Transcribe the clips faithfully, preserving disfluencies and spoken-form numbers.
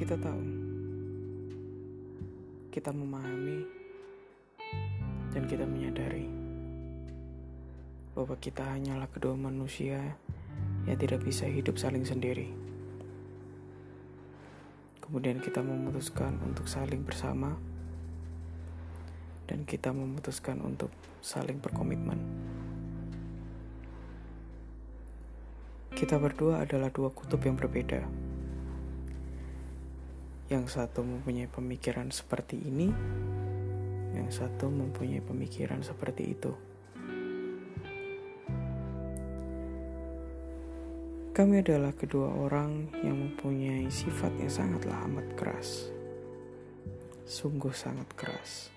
Kita tahu, kita memahami, dan kita menyadari bahwa kita hanyalah kedua manusia yang tidak bisa hidup saling sendiri. Kemudian kita memutuskan untuk saling bersama, dan kita memutuskan untuk saling berkomitmen. Kita berdua adalah dua kutub yang berbeda. Yang satu mempunyai pemikiran seperti ini, yang satu mempunyai pemikiran seperti itu. Kami adalah kedua orang yang mempunyai sifat yang sangatlah amat keras. Sungguh sangat keras.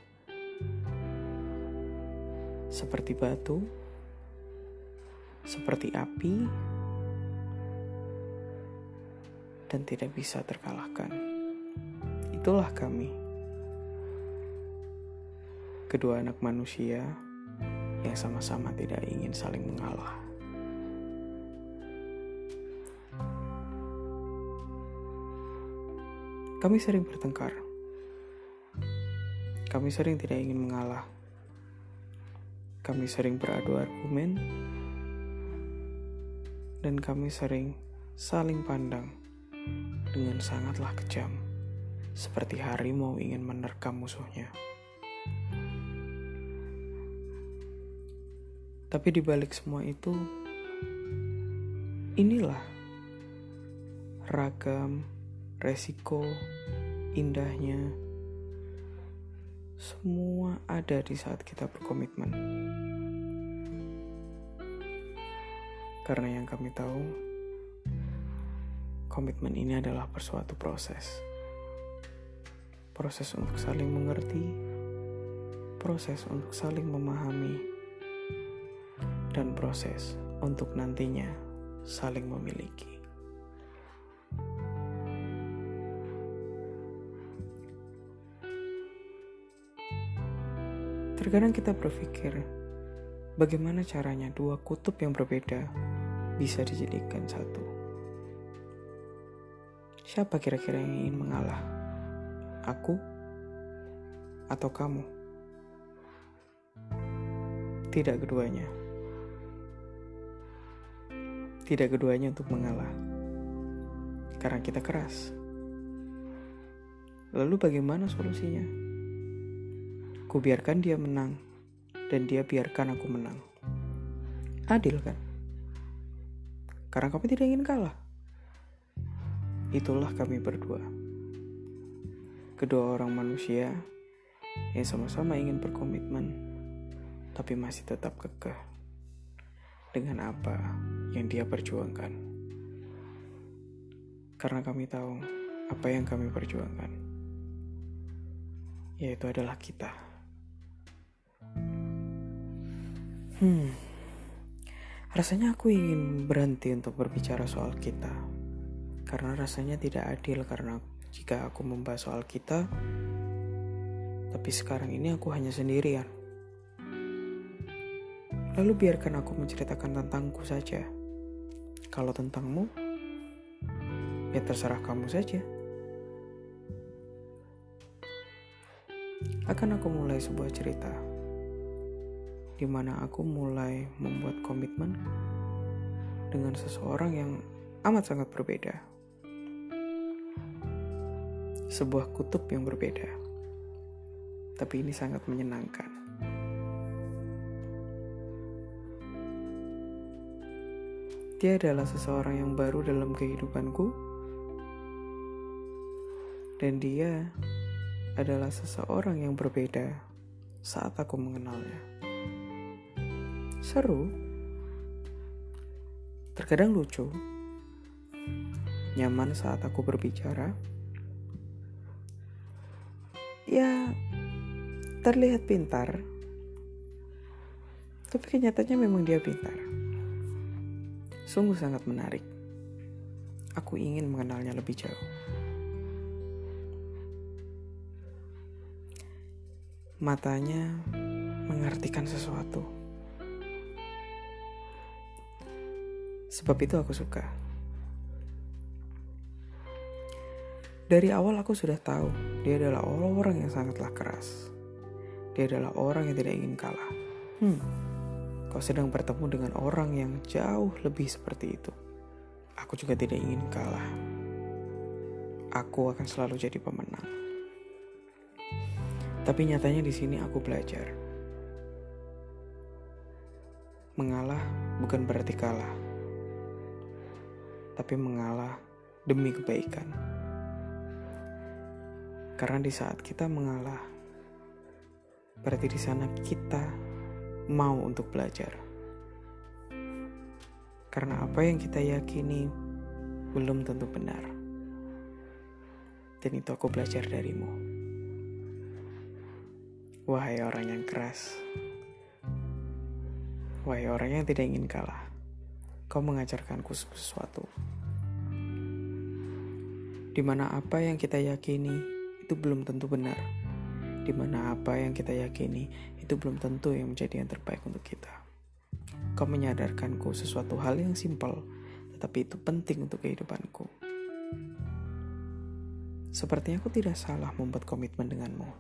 Seperti batu, seperti api, dan tidak bisa terkalahkan. Itulah kami. Kedua anak manusia yang sama-sama tidak ingin saling mengalah. Kami sering bertengkar. Kami sering tidak ingin mengalah. Kami sering beradu argumen. Dan kami sering saling pandang dengan sangatlah kejam, seperti harimau ingin menerkam musuhnya. Tapi di balik semua itu, inilah ragam, resiko, indahnya, semua ada di saat kita berkomitmen. Karena yang kami tahu, komitmen ini adalah suatu proses. Proses untuk saling mengerti, proses untuk saling memahami, dan proses untuk nantinya saling memiliki. Terkadang kita berpikir, bagaimana caranya dua kutub yang berbeda bisa dijadikan satu. Siapa kira-kira yang ingin mengalah? Aku atau kamu? Tidak keduanya. Tidak keduanya untuk mengalah. Karena kita keras. Lalu bagaimana solusinya? Ku biarkan dia menang, dan dia biarkan aku menang. Adil kan? Karena kami tidak ingin kalah. Itulah kami berdua. Kedua orang manusia yang sama-sama ingin berkomitmen, tapi masih tetap kekeh dengan apa yang dia perjuangkan. Karena kami tahu apa yang kami perjuangkan, yaitu adalah kita. Hmm, rasanya aku ingin berhenti untuk berbicara soal kita, karena rasanya tidak adil karena jika aku membahas soal kita, tapi sekarang ini aku hanya sendirian. Lalu biarkan aku menceritakan tentangku saja. Kalau tentangmu, ya terserah kamu saja. Akan aku mulai sebuah cerita, di mana aku mulai membuat komitmen dengan seseorang yang amat sangat berbeda. Sebuah kutub yang berbeda, tapi ini sangat menyenangkan. Dia adalah seseorang yang baru dalam kehidupanku, dan dia adalah seseorang yang berbeda saat aku mengenalnya. Seru, terkadang lucu, nyaman saat aku berbicara. Ya, terlihat pintar, tapi kenyataannya memang dia pintar. Sungguh sangat menarik. Aku ingin mengenalnya lebih jauh. Matanya mengartikan sesuatu. Sebab itu aku suka. Dari awal aku sudah tahu dia adalah orang yang sangatlah keras. Dia adalah orang yang tidak ingin kalah. Hmm, kau sedang bertemu dengan orang yang jauh lebih seperti itu. Aku juga tidak ingin kalah. Aku akan selalu jadi pemenang. Tapi nyatanya di sini aku belajar. Mengalah bukan berarti kalah, tapi mengalah demi kebaikan. Karena di saat kita mengalah, berarti di sana kita mau untuk belajar. Karena apa yang kita yakini belum tentu benar. Dan itu aku belajar darimu. Wahai orang yang keras. Wahai orang yang tidak ingin kalah. Kau mengajarkanku sesuatu. Di mana apa yang kita yakini itu belum tentu benar. Di mana apa yang kita yakini itu belum tentu yang menjadi yang terbaik untuk kita. Kau menyadarkanku sesuatu hal yang simpel, tetapi itu penting untuk kehidupanku. Sepertinya aku tidak salah membuat komitmen denganmu.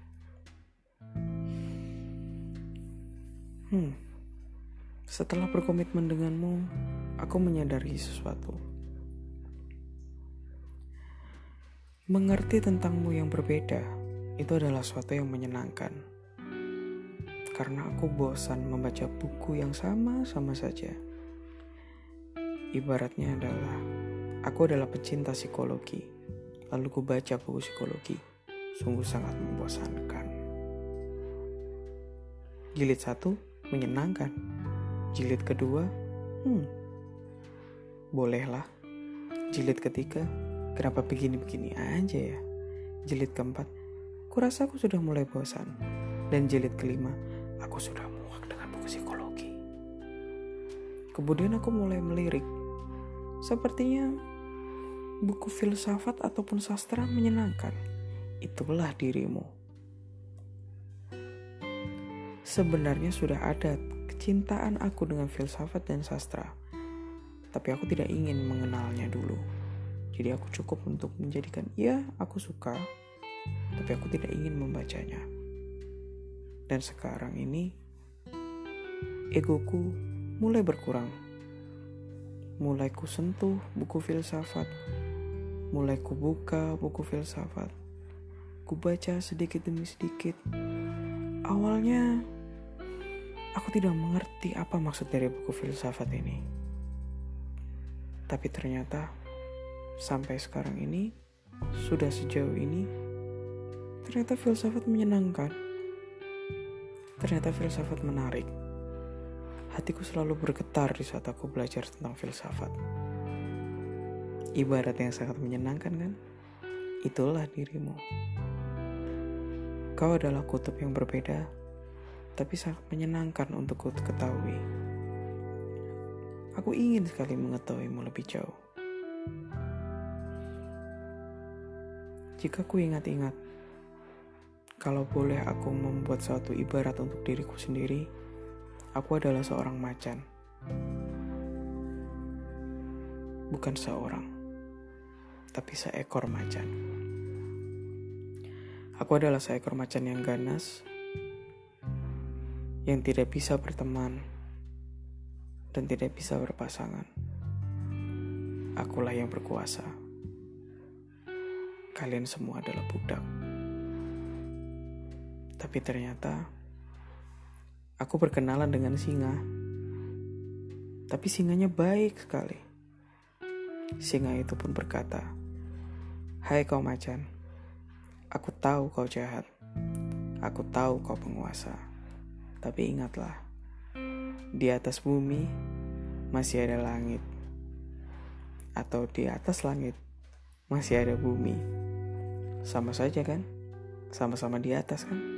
Hmm. Setelah berkomitmen denganmu, aku menyadari sesuatu. Mengerti tentangmu yang berbeda, itu adalah sesuatu yang menyenangkan. Karena aku bosan membaca buku yang sama-sama saja. Ibaratnya adalah, aku adalah pecinta psikologi, lalu ku baca buku psikologi, sungguh sangat membosankan. Jilid satu, menyenangkan. Jilid kedua, hmm, bolehlah. Jilid ketiga, kenapa begini-begini aja ya? Jilid keempat, kurasa aku sudah mulai bosan. Dan jilid kelima, aku sudah muak dengan buku psikologi. Kemudian aku mulai melirik. Sepertinya buku filsafat ataupun sastra menyenangkan. Itulah dirimu. Sebenarnya sudah ada kecintaan aku dengan filsafat dan sastra. Tapi aku tidak ingin mengenalnya dulu. Jadi aku cukup untuk menjadikan, ya aku suka, tapi aku tidak ingin membacanya. Dan sekarang ini, egoku mulai berkurang. Mulai ku sentuh buku filsafat. Mulai ku buka buku filsafat. Ku baca sedikit demi sedikit. Awalnya, aku tidak mengerti apa maksud dari buku filsafat ini. Tapi ternyata, sampai sekarang ini, sudah sejauh ini, ternyata filsafat menyenangkan. Ternyata filsafat menarik. Hatiku selalu bergetar di saat aku belajar tentang filsafat. Ibarat yang sangat menyenangkan kan? Itulah dirimu. Kau adalah kutub yang berbeda, tapi sangat menyenangkan untuk ku ketahui. Aku ingin sekali mengetahuimu lebih jauh. Jika ku ingat-ingat, kalau boleh aku membuat suatu ibarat untuk diriku sendiri, aku adalah seorang macan. Bukan seorang, tapi seekor macan. Aku adalah seekor macan yang ganas, yang tidak bisa berteman, dan tidak bisa berpasangan. Akulah yang berkuasa. Kalian semua adalah budak. Tapi ternyata, aku berkenalan dengan singa. Tapi singanya baik sekali. Singa itu pun berkata, "Hai kau macan, aku tahu kau jahat. Aku tahu kau penguasa. Tapi ingatlah, di atas bumi masih ada langit. Atau di atas langit masih ada bumi. Sama saja kan? Sama-sama di atas kan?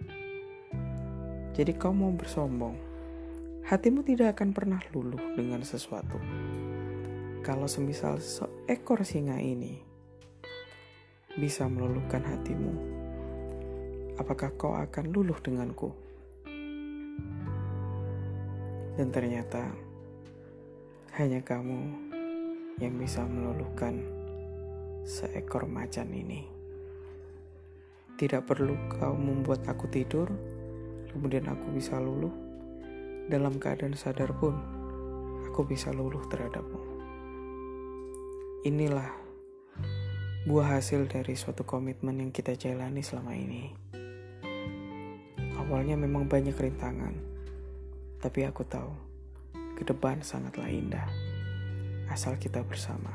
Jadi kau mau bersombong. Hatimu tidak akan pernah luluh dengan sesuatu. Kalau semisal seekor singa ini bisa meluluhkan hatimu, apakah kau akan luluh denganku?" Dan ternyata hanya kamu yang bisa meluluhkan seekor macan ini. Tidak perlu kau membuat aku tidur, kemudian aku bisa luluh. Dalam keadaan sadar pun, aku bisa luluh terhadapmu. Inilah buah hasil dari suatu komitmen yang kita jalani selama ini. Awalnya memang banyak rintangan, tapi aku tahu ke depan sangatlah indah, asal kita bersama.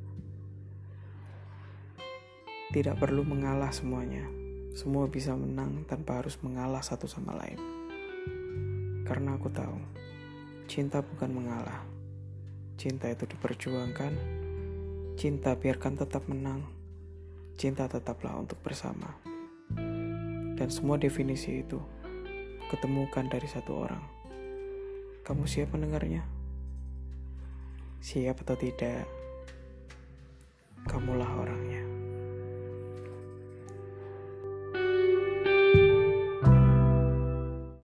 Tidak perlu mengalah semuanya. Semua bisa menang tanpa harus mengalah satu sama lain. Karena aku tahu, cinta bukan mengalah. Cinta itu diperjuangkan. Cinta biarkan tetap menang. Cinta tetaplah untuk bersama. Dan semua definisi itu ketemukan dari satu orang. Kamu siap mendengarnya? Siap atau tidak? Kamulah orang.